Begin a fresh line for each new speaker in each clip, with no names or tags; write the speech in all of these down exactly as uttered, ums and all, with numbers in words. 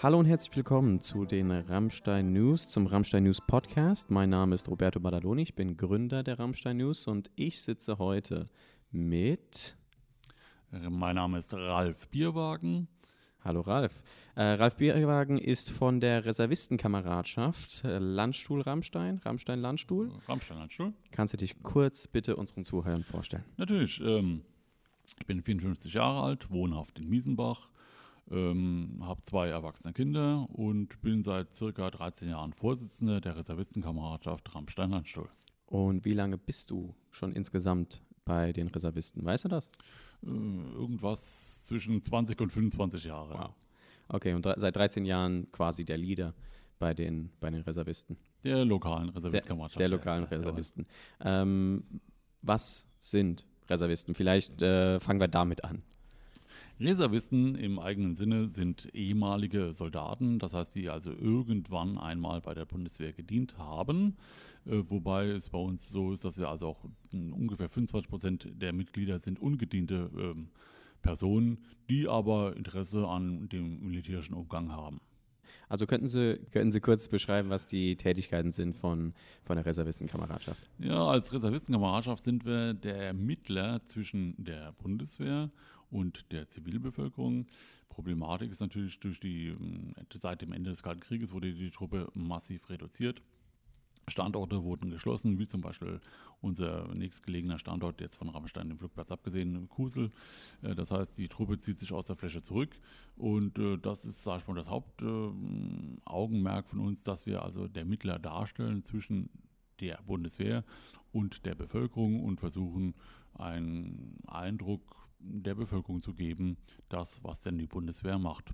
Hallo und herzlich willkommen zu den Rammstein News, zum Rammstein News Podcast. Mein Name ist Roberto Badaloni, ich bin Gründer der Rammstein News und ich sitze heute mit...
Mein Name ist Ralf Bierwagen.
Hallo Ralf. Äh, Ralf Bierwagen ist von der Reservistenkameradschaft äh, Landstuhl Rammstein, Rammstein Landstuhl.
Rammstein Landstuhl.
Kannst du dich kurz bitte unseren Zuhörern vorstellen?
Natürlich. Ähm, ich bin vierundfünfzig Jahre alt, wohnhaft in Miesenbach, ähm, habe zwei erwachsene Kinder und bin seit circa dreizehn Jahren Vorsitzender der Reservistenkameradschaft Rammstein Landstuhl.
Und wie lange bist du schon insgesamt bei den Reservisten? Weißt du das?
Äh, irgendwas zwischen zwanzig und fünfundzwanzig Jahre.
Wow. Okay, und dre- seit dreizehn Jahren quasi der Leader bei den, bei den Reservisten.
Der lokalen
Der,
Reservistenkameradschaft.
der lokalen
Ja,
Reservisten. Ähm, was sind Reservisten? Vielleicht äh, fangen wir damit an.
Reservisten im eigenen Sinne sind ehemalige Soldaten, das heißt, die also irgendwann einmal bei der Bundeswehr gedient haben, äh, wobei es bei uns so ist, dass wir also auch mh, ungefähr fünfundzwanzig Prozent der Mitglieder sind ungediente ähm, Personen, die aber Interesse an dem militärischen Umgang haben.
Also könnten Sie, könnten Sie kurz beschreiben, was die Tätigkeiten sind von, von der Reservistenkameradschaft?
Ja, als Reservistenkameradschaft sind wir der Mittler zwischen der Bundeswehr und der Zivilbevölkerung. Problematik ist natürlich durch die, ähm, seit dem Ende des Kalten Krieges wurde die Truppe massiv reduziert. Standorte wurden geschlossen, wie zum Beispiel unser nächstgelegener Standort, jetzt von Rammstein, dem Flugplatz abgesehen, Kusel. Äh, Das heißt, die Truppe zieht sich aus der Fläche zurück und äh, das ist, sag ich mal, das Hauptaugenmerk von uns, dass wir also der Mittler darstellen zwischen der Bundeswehr und der Bevölkerung und versuchen, einen Eindruck der Bevölkerung zu geben, das, was denn die Bundeswehr macht.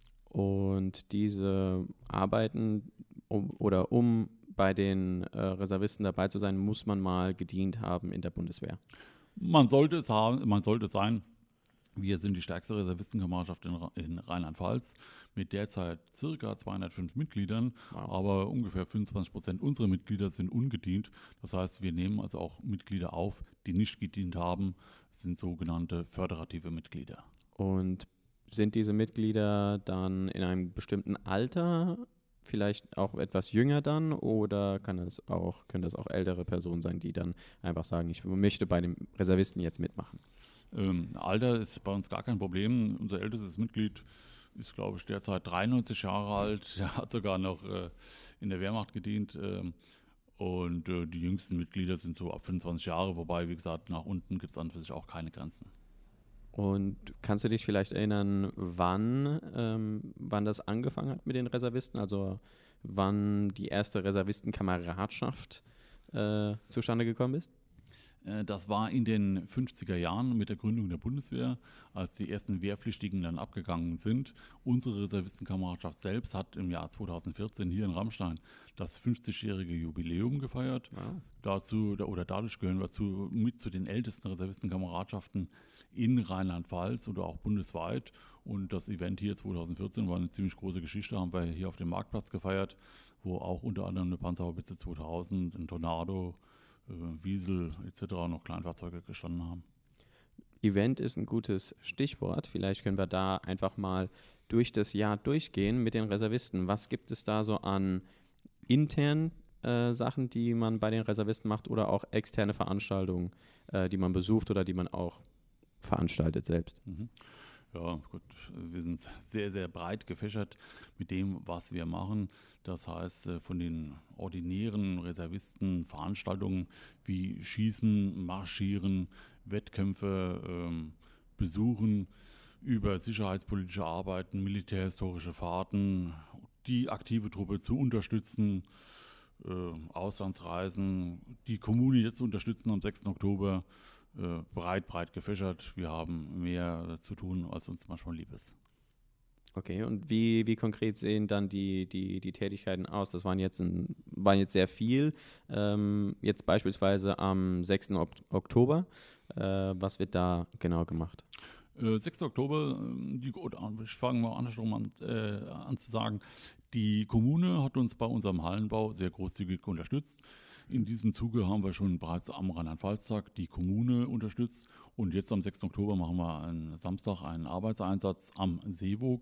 Und diese Arbeiten um, oder um bei den äh, Reservisten dabei zu sein, muss man mal gedient haben in der Bundeswehr.
Man sollte es haben, man sollte es sein. Wir sind die stärkste Reservistenkameradschaft in, Ra- in Rheinland-Pfalz mit derzeit circa zweihundertfünf Mitgliedern,
Wow.
aber ungefähr fünfundzwanzig Prozent unserer Mitglieder sind ungedient. Das heißt, wir nehmen also auch Mitglieder auf, die nicht gedient haben, das sind sogenannte föderative Mitglieder.
Und sind diese Mitglieder dann in einem bestimmten Alter, vielleicht auch etwas jünger dann, oder kann das auch, können das auch ältere Personen sein, die dann einfach sagen, ich möchte bei dem Reservisten jetzt mitmachen?
Ähm, Alter ist bei uns gar kein Problem. Unser ältestes Mitglied ist, glaube ich, derzeit dreiundneunzig Jahre alt. Der hat sogar noch äh, in der Wehrmacht gedient. Ähm, und äh, die jüngsten Mitglieder sind so ab fünfundzwanzig Jahre, wobei, wie gesagt, nach unten gibt es an und für sich auch keine Grenzen.
Und kannst du dich vielleicht erinnern, wann, ähm, wann das angefangen hat mit den Reservisten? Also wann die erste Reservistenkameradschaft äh, zustande gekommen ist?
Äh, Das war in den fünfziger Jahren mit der Gründung der Bundeswehr, als die ersten Wehrpflichtigen dann abgegangen sind. Unsere Reservistenkameradschaft selbst hat im Jahr zweitausendvierzehn hier in Rammstein das fünfzigjährige Jubiläum gefeiert.
Wow.
Dazu oder dadurch gehören wir zu, mit zu den ältesten Reservistenkameradschaften in Rheinland-Pfalz oder auch bundesweit. Und das Event hier zweitausendvierzehn war eine ziemlich große Geschichte, haben wir hier auf dem Marktplatz gefeiert, wo auch unter anderem eine Panzerhaubitze zweitausend, ein Tornado, äh, Wiesel et cetera noch Kleinfahrzeuge gestanden haben.
Event ist ein gutes Stichwort. Vielleicht können wir da einfach mal durch das Jahr durchgehen mit den Reservisten. Was gibt es da so an internen äh, Sachen, die man bei den Reservisten macht oder auch externe Veranstaltungen, äh, die man besucht oder die man auch veranstaltet selbst?
Mhm. Ja, gut, wir sind sehr, sehr breit gefächert mit dem, was wir machen. Das heißt, äh, von den ordinären Reservisten Veranstaltungen wie Schießen, Marschieren, Wettkämpfe, ähm, Besuchen, über sicherheitspolitische Arbeiten, militärhistorische Fahrten, die aktive Truppe zu unterstützen, äh, Auslandsreisen, die Kommune jetzt zu unterstützen am sechsten Oktober. Äh, breit, breit gefächert. Wir haben mehr zu tun, als uns manchmal lieb ist.
Okay, und wie, wie konkret sehen dann die, die, die Tätigkeiten aus? Das waren jetzt, ein, waren jetzt sehr viel. Ähm, jetzt beispielsweise am sechsten Ok- Oktober. Äh, was wird da genau gemacht?
Äh, sechster Oktober, äh, die, oder, ich fange mal andersrum an, äh, an zu sagen, die Kommune hat uns bei unserem Hallenbau sehr großzügig unterstützt. In diesem Zuge haben wir schon bereits am Rheinland-Pfalz-Tag die Kommune unterstützt und jetzt am sechsten Oktober machen wir am Samstag einen Arbeitseinsatz am Seewoog.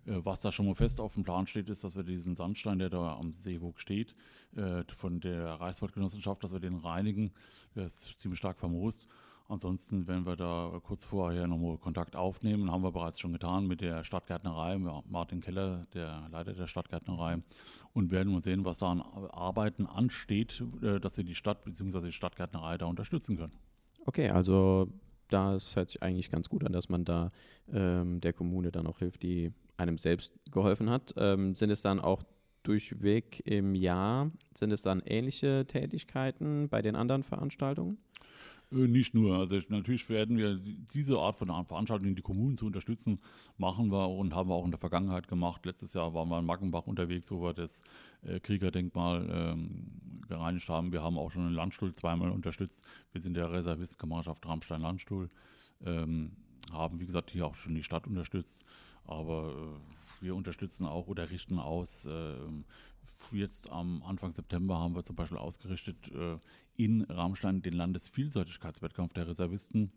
Was da schon mal fest auf dem Plan steht, ist, dass wir diesen Sandstein, der da am Seewoog steht, von der Reichswaldgenossenschaft, dass wir den reinigen. Der ist ziemlich stark vermoost. Ansonsten werden wir da kurz vorher nochmal Kontakt aufnehmen, haben wir bereits schon getan mit der Stadtgärtnerei, Martin Keller, der Leiter der Stadtgärtnerei, und werden mal sehen, was da an Arbeiten ansteht, dass wir die Stadt bzw. die Stadtgärtnerei da unterstützen können.
Okay, also das hört sich eigentlich ganz gut an, dass man da ähm, der Kommune dann auch hilft, die einem selbst geholfen hat. Ähm, sind es dann auch durchweg im Jahr, sind es dann ähnliche Tätigkeiten bei den anderen Veranstaltungen?
Nicht nur. Also natürlich werden wir diese Art von Veranstaltungen, die Kommunen zu unterstützen, machen wir und haben wir auch in der Vergangenheit gemacht. Letztes Jahr waren wir in Mackenbach unterwegs, wo wir das äh, Kriegerdenkmal ähm, gereinigt haben. Wir haben auch schon den Landstuhl zweimal unterstützt. Wir sind der Reservistenkameradschaft Ramstein-Landstuhl, ähm, haben wie gesagt hier auch schon die Stadt unterstützt. Aber äh, wir unterstützen auch oder richten aus. Äh, Jetzt am Anfang September haben wir zum Beispiel ausgerichtet äh, in Ramstein den Landesvielseitigkeitswettkampf der Reservisten.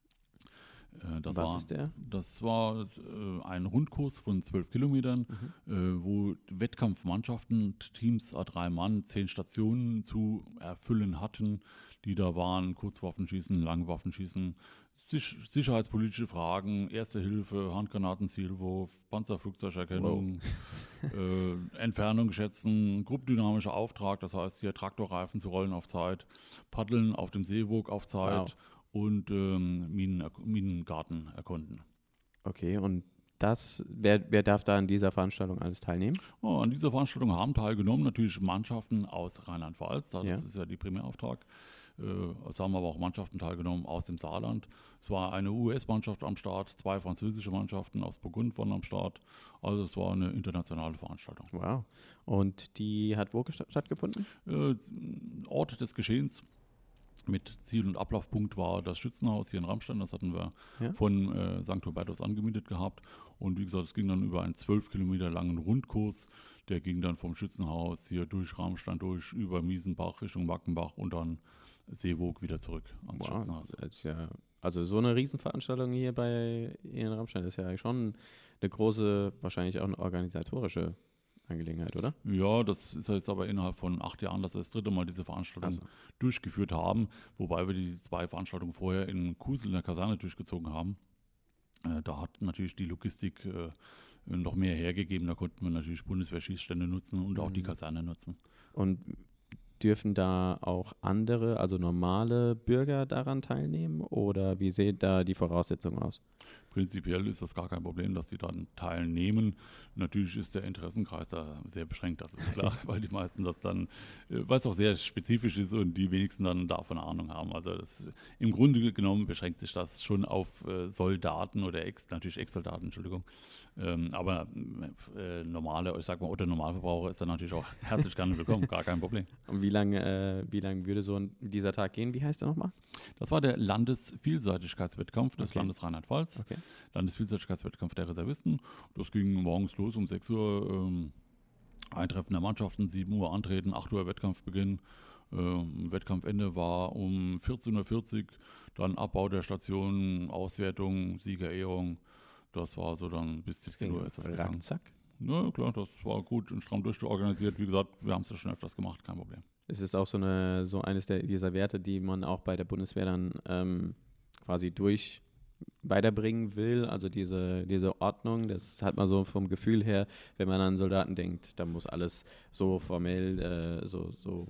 Äh, das
Was
war,
ist der?
Das war äh, ein Rundkurs von zwölf Kilometern, mhm. äh, wo Wettkampfmannschaften, Teams A drei Mann, zehn Stationen zu erfüllen hatten, die da waren: Kurzwaffenschießen, Langwaffenschießen, Sich- sicherheitspolitische Fragen, Erste Hilfe, Handgranatenzielwurf, Panzerflugzeugerkennung, wow. äh, Entfernung schätzen, gruppendynamischer Auftrag, das heißt hier Traktorreifen zu rollen auf Zeit, Paddeln auf dem Seewoog auf Zeit, wow. und ähm, Minen, Minengarten erkunden.
Okay, und das, wer, wer darf da an dieser Veranstaltung alles teilnehmen?
Oh, an dieser Veranstaltung haben teilgenommen natürlich Mannschaften aus Rheinland-Pfalz, das
Ja.
ist ja die Primärauftrag. Es haben aber auch Mannschaften teilgenommen aus dem Saarland. Es war eine U S-Mannschaft am Start, zwei französische Mannschaften aus Burgund waren am Start. Also es war eine internationale Veranstaltung.
Wow. Und die hat wo gesta- stattgefunden?
Äh, Ort des Geschehens mit Ziel- und Ablaufpunkt war das Schützenhaus hier in Ramstein. Das hatten wir ja. von äh, Sankt Hubertus angemietet gehabt. Und wie gesagt, es ging dann über einen zwölf Kilometer langen Rundkurs. Der ging dann vom Schützenhaus hier durch Ramstein durch, über Miesenbach Richtung Mackenbach und dann Seewoog wieder zurück ans
wow.
Schützenhaus.
Das ist ja, also so eine Riesenveranstaltung hier bei in Ramstein ist ja schon eine große, wahrscheinlich auch eine organisatorische Angelegenheit, oder?
Ja, das ist jetzt aber innerhalb von acht Jahren, dass wir das dritte Mal diese Veranstaltung so. durchgeführt haben, wobei wir die zwei Veranstaltungen vorher in Kusel in der Kaserne durchgezogen haben. Äh, da hat natürlich die Logistik äh, noch mehr hergegeben, da konnten wir natürlich Bundeswehrschießstände nutzen und mhm. auch die Kaserne nutzen.
Und dürfen da auch andere, also normale Bürger daran teilnehmen oder wie sehen da die Voraussetzungen aus?
Prinzipiell ist das gar kein Problem, dass sie dann teilnehmen. Natürlich ist der Interessenkreis da sehr beschränkt, das ist klar, weil die meisten das dann, weil es auch sehr spezifisch ist und die wenigsten dann davon Ahnung haben. Also das, im Grunde genommen beschränkt sich das schon auf äh, Soldaten oder Ex, natürlich Ex-Soldaten, Entschuldigung. Ähm, aber äh, normale, ich sag mal, oder Normalverbraucher ist dann natürlich auch herzlich gerne willkommen, gar kein Problem.
Und wie lange äh, wie lang würde so ein, dieser Tag gehen? Wie heißt der nochmal?
Das war der Landesvielseitigkeitswettkampf des
Okay.
Landes Rheinland-Pfalz.
Okay.
Landesvielseitigkeitswettkampf der Reservisten. Das ging morgens los um sechs Uhr, ähm, Eintreffen der Mannschaften, sieben Uhr antreten, acht Uhr Wettkampfbeginn. Ähm, Wettkampfende war um vierzehn Uhr vierzig, dann Abbau der Station, Auswertung, Siegerehrung. Das war so dann bis siebzehn Uhr ist das gegangen.
Zack.
Ja, klar, das war gut und stramm durchorganisiert. Wie gesagt, wir haben es ja schon öfters gemacht, kein Problem.
Es ist auch so eine so eines der, dieser Werte, die man auch bei der Bundeswehr dann ähm, quasi durch weiterbringen will, also diese, diese Ordnung, das hat man so vom Gefühl her, wenn man an Soldaten denkt, da muss alles so formell äh, so, so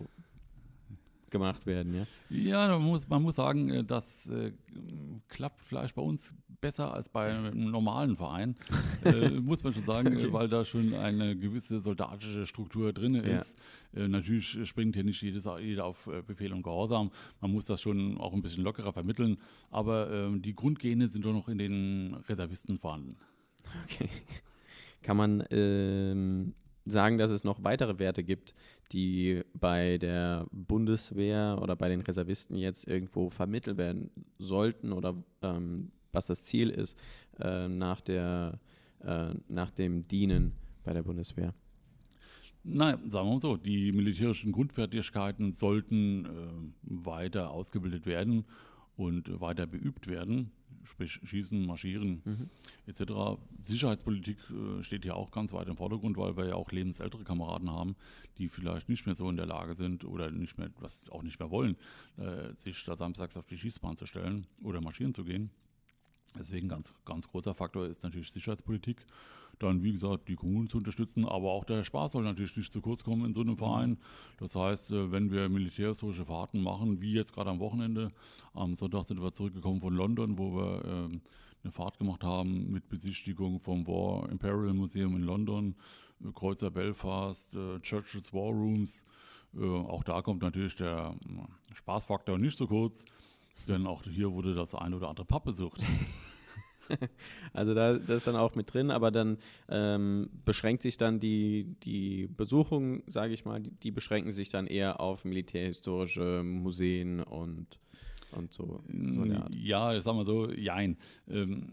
gemacht werden, ja?
Ja, man muss, man muss sagen, das äh, klappt vielleicht bei uns besser als bei einem normalen Verein, äh, muss man schon sagen, okay. weil da schon eine gewisse soldatische Struktur drin ist. Ja. Äh, natürlich springt hier nicht jedes, jeder auf Befehl und Gehorsam, man muss das schon auch ein bisschen lockerer vermitteln, aber äh, die Grundgene sind doch noch in den Reservisten vorhanden.
Okay. Kann man ähm sagen, dass es noch weitere Werte gibt, die bei der Bundeswehr oder bei den Reservisten jetzt irgendwo vermittelt werden sollten oder ähm, was das Ziel ist äh, nach, der, äh, nach dem Dienen bei der Bundeswehr?
Nein, sagen wir mal so, die militärischen Grundfertigkeiten sollten äh, weiter ausgebildet werden und weiter beübt werden. sprich Schießen, Marschieren
Mhm.
et cetera. Sicherheitspolitik äh, steht hier auch ganz weit im Vordergrund, weil wir ja auch lebensältere Kameraden haben, die vielleicht nicht mehr so in der Lage sind oder nicht mehr, was auch nicht mehr wollen, äh, sich da samstags auf die Schießbahn zu stellen oder marschieren zu gehen. Deswegen ganz, ganz großer Faktor ist natürlich Sicherheitspolitik. Dann, wie gesagt, die Kommunen zu unterstützen, aber auch der Spaß soll natürlich nicht zu kurz kommen in so einem Verein. Das heißt, wenn wir militärhistorische Fahrten machen, wie jetzt gerade am Wochenende, am Sonntag sind wir zurückgekommen von London, wo wir ähm, eine Fahrt gemacht haben mit Besichtigung vom War Imperial Museum in London, äh, Kreuzer Belfast, äh, Churchill's War Rooms. Äh, auch da kommt natürlich der äh, Spaßfaktor nicht so kurz, denn auch hier wurde das ein oder andere Pub besucht.
Also da das ist dann auch mit drin, aber dann ähm, beschränkt sich dann die, die Besuchung, sage ich mal, die, die beschränken sich dann eher auf militärhistorische Museen und, und so, so eine Art.
Ja, ich sag mal so, jein. Ähm,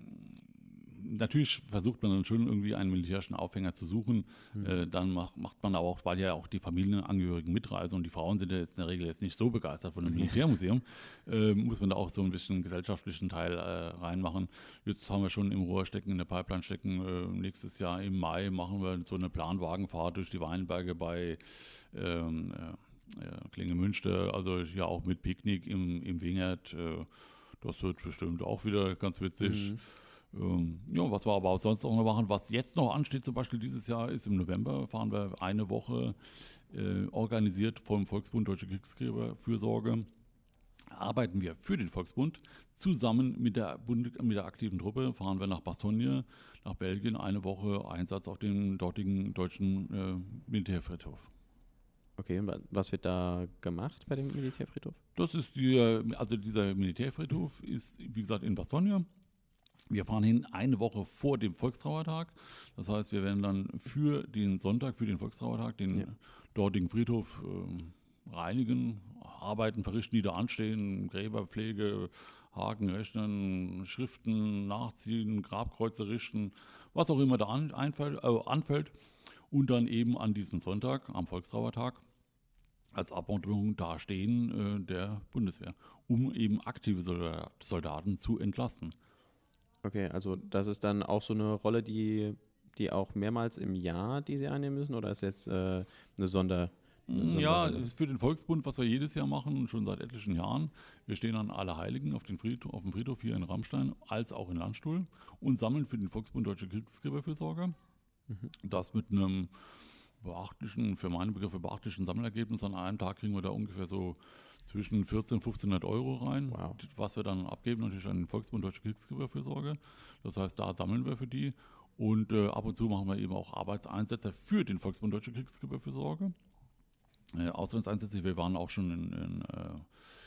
natürlich versucht man dann schon irgendwie einen militärischen Aufhänger zu suchen.
Mhm.
Äh, dann macht, macht man aber auch, weil ja auch die Familienangehörigen mitreisen und die Frauen sind ja jetzt in der Regel jetzt nicht so begeistert von einem Militärmuseum, äh, muss man da auch so ein bisschen gesellschaftlichen Teil äh, reinmachen. Jetzt haben wir schon im Rohr stecken, in der Pipeline stecken. Äh, nächstes Jahr im Mai machen wir so eine Planwagenfahrt durch die Weinberge bei ähm, äh, Klingemünster, also ja auch mit Picknick im, im Wingert. Äh, das wird bestimmt auch wieder ganz witzig.
Mhm.
Ähm, ja, was wir aber auch sonst auch noch machen, was jetzt noch ansteht, zum Beispiel dieses Jahr, ist im November, fahren wir eine Woche äh, organisiert vom Volksbund Deutsche Kriegsgräberfürsorge, arbeiten wir für den Volksbund zusammen mit der, Bund, mit der aktiven Truppe, fahren wir nach Bastogne, nach Belgien, eine Woche Einsatz auf dem dortigen deutschen äh, Militärfriedhof.
Okay, und wa- was wird da gemacht bei dem Militärfriedhof?
Das ist die, also dieser Militärfriedhof ist, wie gesagt, in Bastogne. Wir fahren hin eine Woche vor dem Volkstrauertag. Das heißt, wir werden dann für den Sonntag, für den Volkstrauertag, den
Ja.
dortigen Friedhof äh, reinigen, Arbeiten verrichten, die da anstehen, Gräberpflege, Haken rechnen, Schriften nachziehen, Grabkreuze richten, was auch immer da an, einfällt, äh, anfällt. Und dann eben an diesem Sonntag, am Volkstrauertag, als Abmonterung dastehen äh, der Bundeswehr, um eben aktive Solda- Soldaten zu entlasten.
Okay, also das ist dann auch so eine Rolle, die, die auch mehrmals im Jahr, die sie einnehmen müssen, oder ist jetzt äh, eine Sonder... eine
Ja,
Sonderrolle?
für den Volksbund, was wir jedes Jahr machen, schon seit etlichen Jahren. Wir stehen an Allerheiligen auf, den Friedhof, auf dem Friedhof hier in Rammstein, als auch in Landstuhl und sammeln für den Volksbund Deutsche Kriegsgräberfürsorge.
Mhm.
Das mit einem beachtlichen, für meine Begriffe beachtlichen Sammelergebnis. An einem Tag kriegen wir da ungefähr so zwischen vierzehnhundert, fünfzehnhundert Euro rein,
Wow.
was wir dann abgeben natürlich an den Volksbund Deutsche Kriegsgräberfürsorge. Das heißt, da sammeln wir für die und äh, ab und zu machen wir eben auch Arbeitseinsätze für den Volksbund Deutsche Kriegsgräberfürsorge. Äh, Auslandseinsätze, wir waren auch schon in, in äh,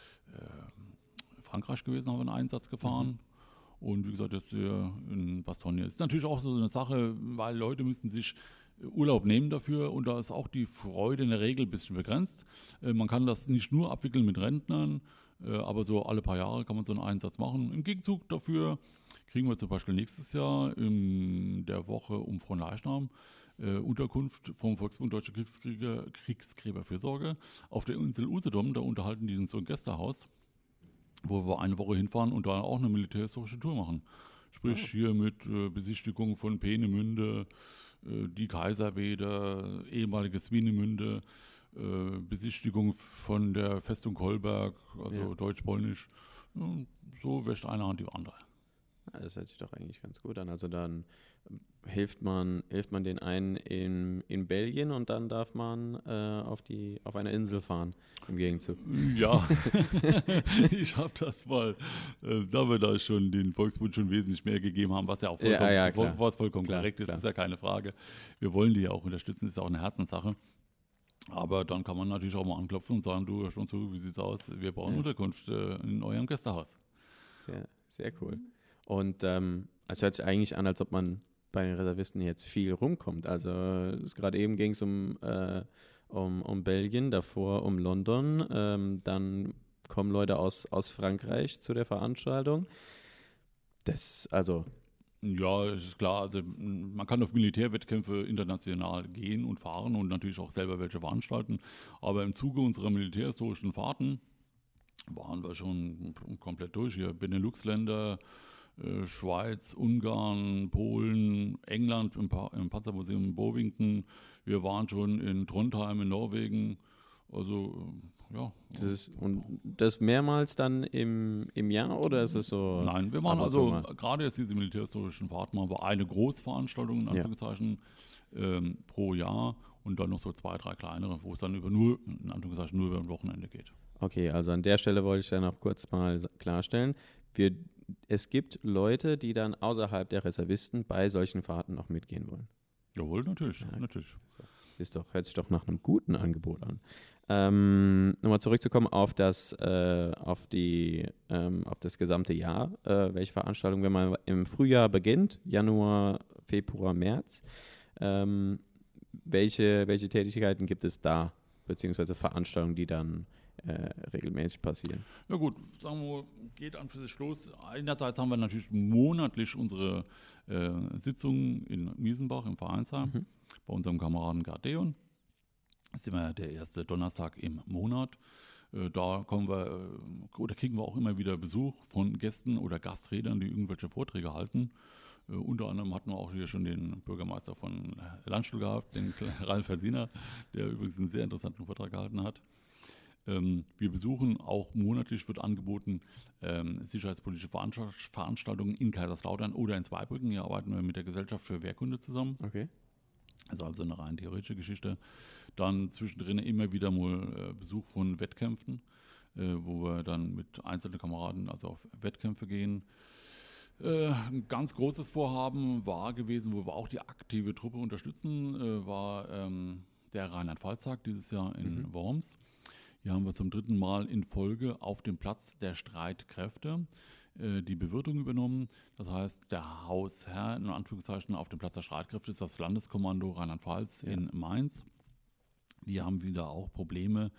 äh, Frankreich gewesen, haben wir einen Einsatz gefahren. Mhm. Und wie gesagt, jetzt hier in Bastogne. Ist natürlich auch so eine Sache, weil Leute müssen sich Urlaub nehmen dafür und da ist auch die Freude in der Regel ein bisschen begrenzt. Äh, man kann das nicht nur abwickeln mit Rentnern, äh, aber so alle paar Jahre kann man so einen Einsatz machen. Im Gegenzug dafür kriegen wir zum Beispiel nächstes Jahr in der Woche um Fronleichnam äh, Unterkunft vom Volksbund Deutsche Kriegskrieger, Kriegsgräberfürsorge auf der Insel Usedom. Da unterhalten die so ein Gästehaus, wo wir eine Woche hinfahren und da auch eine militärhistorische Tour machen. Sprich
Oh.
hier mit äh, Besichtigung von Peenemünde, äh, die Kaiserbäder, ehemaliges Swinemünde, äh, Besichtigung von der Festung Kolberg, also
Ja.
deutsch-polnisch. Ja, so wäscht eine Hand die andere.
Ja, das hört sich doch eigentlich ganz gut an. Also dann ähm, hilft man, hilft man den einen in, in Belgien und dann darf man äh, auf, die, auf eine Insel fahren im Gegenzug.
Ja, ich habe das mal, äh, da wir da schon den Volksbund schon wesentlich mehr gegeben haben, was ja auch vollkommen,
Ja, ja, klar.
voll, was vollkommen
Klar,
korrekt ist,
klar.
ist ja keine Frage. Wir wollen die ja auch unterstützen, ist ja auch eine Herzenssache. Aber dann kann man natürlich auch mal anklopfen und sagen, du, hör schon zu, wie sieht's aus? Wir brauchen
Ja.
Unterkunft äh, in eurem Gästehaus.
Sehr, sehr cool. Und ähm, es hört sich eigentlich an, als ob man bei den Reservisten jetzt viel rumkommt. Also es- gerade eben ging es um, äh, um, um Belgien, davor um London. Ähm, dann kommen Leute aus, aus Frankreich zu der Veranstaltung. Das, also,
Ja, es ist klar, also m, man kann auf Militärwettkämpfe international gehen und fahren und natürlich auch selber welche veranstalten. Aber im Zuge unserer militärhistorischen Fahrten waren wir schon komplett durch. Hier Benelux-Länder, äh, Schweiz, Ungarn, Polen, England im, pa- im Panzermuseum in Bovington. Wir waren schon in Trondheim in Norwegen. Also äh, ja.
Das ist, und das mehrmals dann im, im Jahr oder ist es so?
Nein, wir waren
ab und zu
also
mal?
gerade jetzt diese militärhistorischen Fahrten machen wir eine Großveranstaltung in
Ja.
Anführungszeichen ähm, pro Jahr und dann noch so zwei, drei kleinere, wo es dann über nur in Anführungszeichen nur über ein Wochenende geht.
Okay, also an der Stelle wollte ich dann auch kurz mal sa- klarstellen. Wir, es gibt Leute, die dann außerhalb der Reservisten bei solchen Fahrten noch mitgehen wollen.
Jawohl, natürlich,
Ja.
natürlich.
Ist doch, hört sich doch nach einem guten Angebot an. Ähm, nochmal zurückzukommen auf das, äh, auf die, ähm, auf das gesamte Jahr. Äh, welche Veranstaltung, wenn man im Frühjahr beginnt, Januar, Februar, März, ähm, welche, welche Tätigkeiten gibt es da, beziehungsweise Veranstaltungen, die dann äh, regelmäßig passieren?
Ja gut, sagen wir, geht an für sich los. Einerseits haben wir natürlich monatlich unsere äh, Sitzungen in Miesenbach im Vereinsheim
Mhm.
bei unserem Kameraden Gardeon. Das ist immer der erste Donnerstag im Monat. Äh, da kommen wir äh, oder kriegen wir auch immer wieder Besuch von Gästen oder Gastrednern, die irgendwelche Vorträge halten. Äh, unter anderem hatten wir auch hier schon den Bürgermeister von Landstuhl gehabt, den Ralf Versiner, der übrigens einen sehr interessanten Vortrag gehalten hat. Ähm, wir besuchen auch monatlich, wird angeboten, ähm, sicherheitspolitische Veranstalt- Veranstaltungen in Kaiserslautern oder in Zweibrücken. Hier arbeiten wir mit der Gesellschaft für Wehrkunde zusammen.
Okay.
Das ist also eine rein theoretische Geschichte. Dann zwischendrin immer wieder mal äh, Besuch von Wettkämpfen, äh, wo wir dann mit einzelnen Kameraden also auf Wettkämpfe gehen. Äh, ein ganz großes Vorhaben war gewesen, wo wir auch die aktive Truppe unterstützen, äh, war ähm, der Rheinland-Pfalz-Tag dieses Jahr in
Mhm.
Worms. Hier haben wir zum dritten Mal in Folge auf dem Platz der Streitkräfte äh, die Bewirtung übernommen. Das heißt, der Hausherr, in Anführungszeichen, auf dem Platz der Streitkräfte ist das Landeskommando Rheinland-Pfalz
Ja.
in Mainz. Die haben wieder auch Probleme,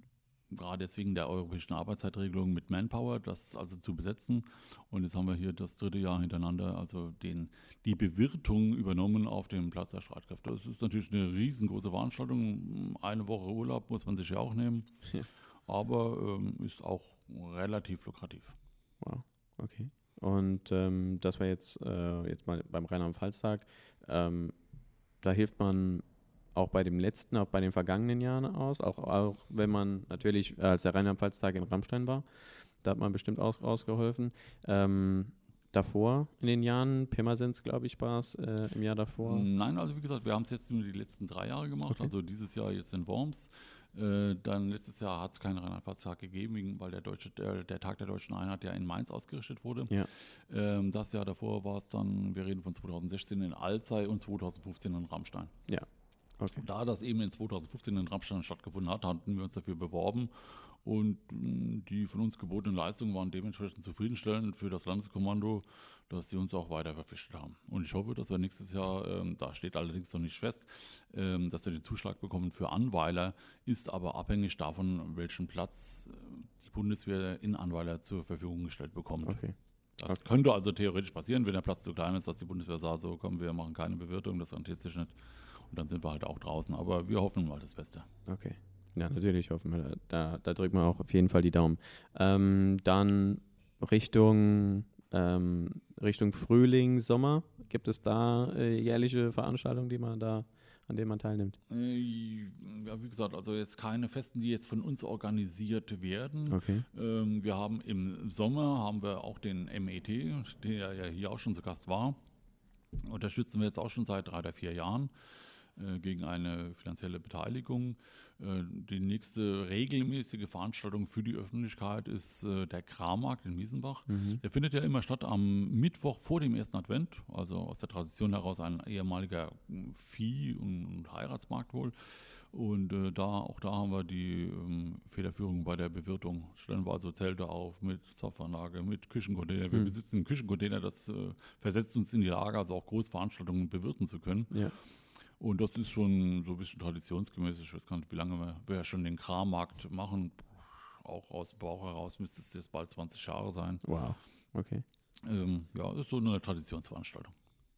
gerade deswegen der europäischen Arbeitszeitregelung mit Manpower, das also zu besetzen. Und jetzt haben wir hier das dritte Jahr hintereinander also den, die Bewirtung übernommen auf dem Platz der Streitkräfte. Das ist natürlich eine riesengroße Veranstaltung. Eine Woche Urlaub muss man sich ja auch nehmen,
Ja.
aber ähm, ist auch relativ lukrativ.
Wow, okay. Und ähm, das war jetzt, äh, jetzt mal beim Rheinland-Pfalz-Tag. Ähm, da hilft man auch bei dem letzten, auch bei den vergangenen Jahren aus, auch, auch wenn man natürlich, äh, als der Rheinland-Pfalz-Tag in Rammstein war, da hat man bestimmt aus, ausgeholfen. Ähm, davor in den Jahren, Pirmasens, glaube ich, war es äh, im Jahr davor.
Nein, also wie gesagt, wir haben es jetzt nur die letzten drei Jahre gemacht,
Okay.
also dieses Jahr jetzt in Worms. Äh, dann letztes Jahr hat es keinen Rheinland-Pfalz-Tag gegeben, wegen- weil der, deutsche, der, der Tag der Deutschen Einheit ja in Mainz ausgerichtet wurde.
Ja.
Ähm, das Jahr davor war es dann, wir reden von zweitausendsechzehn in Alzey und zweitausendfünfzehn in Rammstein.
Okay.
Da das eben in zweitausendfünfzehn in Rammstein stattgefunden hat, hatten wir uns dafür beworben und mh, die von uns gebotenen Leistungen waren dementsprechend zufriedenstellend für das Landeskommando, dass sie uns auch weiter verpflichtet haben. Und ich hoffe, dass wir nächstes Jahr, ähm, da steht allerdings noch nicht fest, ähm, dass wir den Zuschlag bekommen für Anweiler, ist aber abhängig davon, welchen Platz äh, die Bundeswehr in Anweiler zur Verfügung gestellt bekommt.
Okay.
Das
Okay.
könnte also theoretisch passieren, wenn der Platz zu klein ist, dass die Bundeswehr sagt, so komm, wir machen keine Bewirtung, das rentiert sich nicht. Und dann sind wir halt auch draußen. Aber wir hoffen mal das Beste.
Okay. Ja, natürlich hoffen wir. Da, da drücken wir auch auf jeden Fall die Daumen. Ähm, dann Richtung, ähm, Richtung Frühling, Sommer. Gibt es da äh, jährliche Veranstaltungen, die man da, an denen man teilnimmt?
Äh, Ja, wie gesagt, also jetzt keine Festen, die jetzt von uns organisiert werden.
Okay.
Ähm, wir haben im Sommer haben wir auch den M E T, der ja hier auch schon zu Gast war. Unterstützen wir jetzt auch schon seit drei oder vier Jahren äh, gegen eine finanzielle Beteiligung. Äh, die nächste regelmäßige Veranstaltung für die Öffentlichkeit ist äh, der Krammarkt in Miesenbach.
Mhm.
Der findet ja immer statt am Mittwoch vor dem ersten Advent, also aus der Tradition heraus ein ehemaliger Vieh- und Heiratsmarkt wohl. Und äh, da, auch da haben wir die ähm, Federführung bei der Bewirtung. Stellen wir also Zelte auf mit Zapfanlage, mit Küchencontainer. Wir
Hm.
besitzen einen Küchencontainer, das äh, versetzt uns in die Lage, also auch Großveranstaltungen bewirten zu können.
Ja.
Und das ist schon so ein bisschen traditionsgemäß. Ich weiß gar nicht, wie lange wir, wir schon den Krammarkt machen. Auch aus dem Bauch heraus müsste es jetzt bald zwanzig Jahre sein.
Wow. Okay.
Ähm, ja, das ist so eine Traditionsveranstaltung.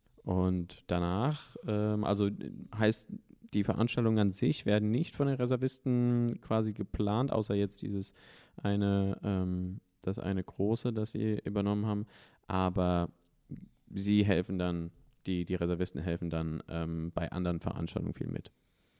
Und danach, ähm, also heißt, die Veranstaltungen an sich werden nicht von den Reservisten quasi geplant, außer jetzt dieses eine, ähm, das eine große, das sie übernommen haben, aber sie helfen dann, die, die Reservisten helfen dann ähm, bei anderen Veranstaltungen viel mit.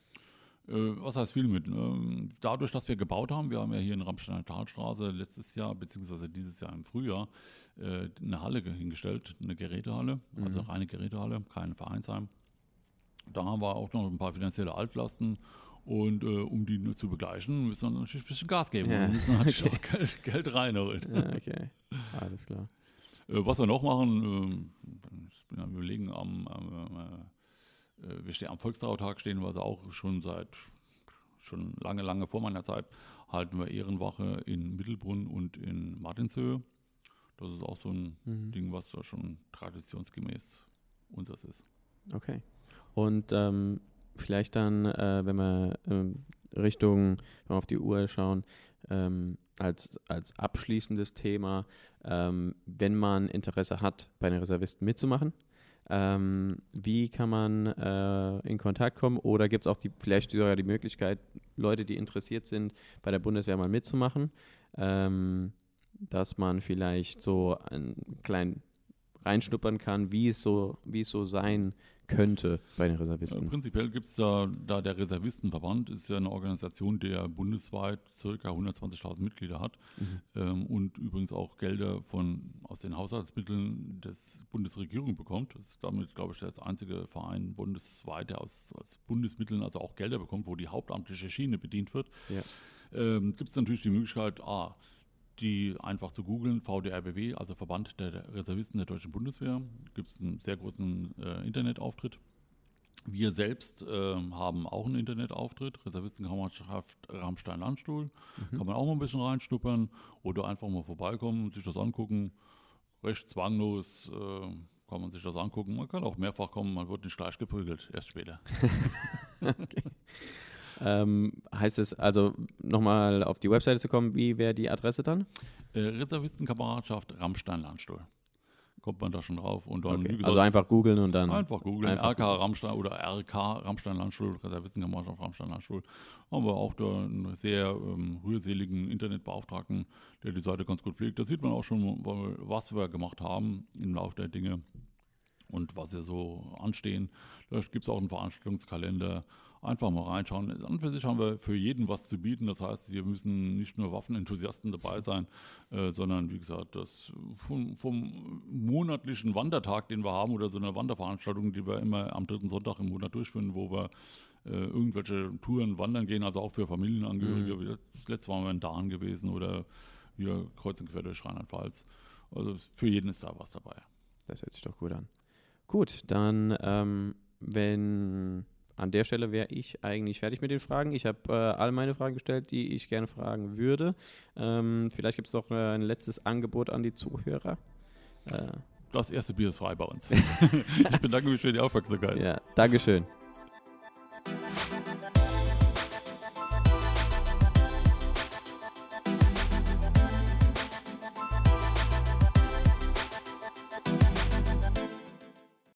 Was heißt viel mit? Dadurch, dass wir gebaut haben, wir haben ja hier in Ramsteiner Talstraße letztes Jahr, beziehungsweise dieses Jahr im Frühjahr, eine Halle hingestellt, eine Gerätehalle, also eine reine Gerätehalle, kein Vereinsheim. Da haben wir auch noch ein paar finanzielle Altlasten und äh, um die nur zu begleichen, müssen wir natürlich ein bisschen Gas geben.
Ja.
Wir müssen natürlich
Okay.
auch Geld, Geld reinholen.
Ja, okay, alles klar.
Äh, was wir noch machen, äh, ich bin am Überlegen, am, am äh, wir stehen am Volkstrautag, stehen wir also auch schon seit, schon lange, lange vor meiner Zeit, halten wir Ehrenwache in Mittelbrunn und in Martinshöhe. Das ist auch so ein
Mhm.
Ding, was da schon traditionsgemäß unseres ist.
Okay. Und ähm, vielleicht dann, äh, wenn wir ähm, Richtung, wenn wir auf die Uhr schauen, ähm, als, als abschließendes Thema, ähm, wenn man Interesse hat, bei den Reservisten mitzumachen, ähm, wie kann man äh, in Kontakt kommen? Oder gibt es auch die, vielleicht sogar die Möglichkeit, Leute, die interessiert sind, bei der Bundeswehr mal mitzumachen, ähm, dass man vielleicht so einen kleinen reinschnuppern kann, wie es so, wie es so sein könnte bei den Reservisten.
Äh, prinzipiell gibt es da, da der Reservistenverband ist ja eine Organisation, der bundesweit ca. hundertzwanzigtausend Mitglieder hat
Mhm.
ähm, und übrigens auch Gelder von, aus den Haushaltsmitteln des Bundesregierung bekommt. Das ist damit, glaube ich, der einzige Verein bundesweit, der aus, aus Bundesmitteln also auch Gelder bekommt, wo die hauptamtliche Schiene bedient wird.
Ja.
Ähm, gibt es natürlich die Möglichkeit, A, die einfach zu googeln, V D R B W, also Verband der Reservisten der Deutschen Bundeswehr, gibt es einen sehr großen äh, Internetauftritt. Wir selbst äh, haben auch einen Internetauftritt, Reservistenkameradschaft Ramstein-Landstuhl.
Mhm.
Kann man auch mal ein bisschen reinschnuppern oder einfach mal vorbeikommen, sich das angucken. Recht zwanglos äh, kann man sich das angucken. Man kann auch mehrfach kommen, man wird nicht gleich geprügelt, erst später.
Okay. Ähm, heißt es also, nochmal auf die Webseite zu kommen, wie wäre die Adresse dann?
Äh, Reservistenkameradschaft Ramstein-Landstuhl. Kommt man da schon drauf. Und dann,
Okay.
wie gesagt,
Also einfach googeln und dann.
Einfach googeln,
Einfach
R K Ramstein oder R K Ramstein-Landstuhl, Reservistenkameradschaft Ramstein-Landstuhl. Haben wir auch da einen sehr ähm, rührseligen Internetbeauftragten, der die Seite ganz gut pflegt. Da sieht man auch schon, was wir gemacht haben im Laufe der Dinge und was hier so anstehen. Da gibt es auch einen Veranstaltungskalender. Einfach mal reinschauen. An und für sich haben wir für jeden was zu bieten. Das heißt, hier müssen nicht nur Waffenenthusiasten dabei sein, äh, sondern wie gesagt, das vom, vom monatlichen Wandertag, den wir haben, oder so eine Wanderveranstaltung, die wir immer am dritten Sonntag im Monat durchführen, wo wir äh, irgendwelche Touren wandern gehen, also auch für Familienangehörige. Mhm. Das letzte Mal waren wir in Dahn gewesen oder hier kreuz und quer durch Rheinland-Pfalz. Also für jeden ist da was dabei.
Das hört sich doch gut an. Gut, dann ähm, wenn an der Stelle wäre ich eigentlich fertig mit den Fragen. Ich habe äh, all meine Fragen gestellt, die ich gerne fragen würde. Ähm, vielleicht gibt es noch äh, ein letztes Angebot an die Zuhörer. Äh,
Das erste Bier ist frei bei uns. Ich bedanke mich für die Aufmerksamkeit.
ja, Dankeschön.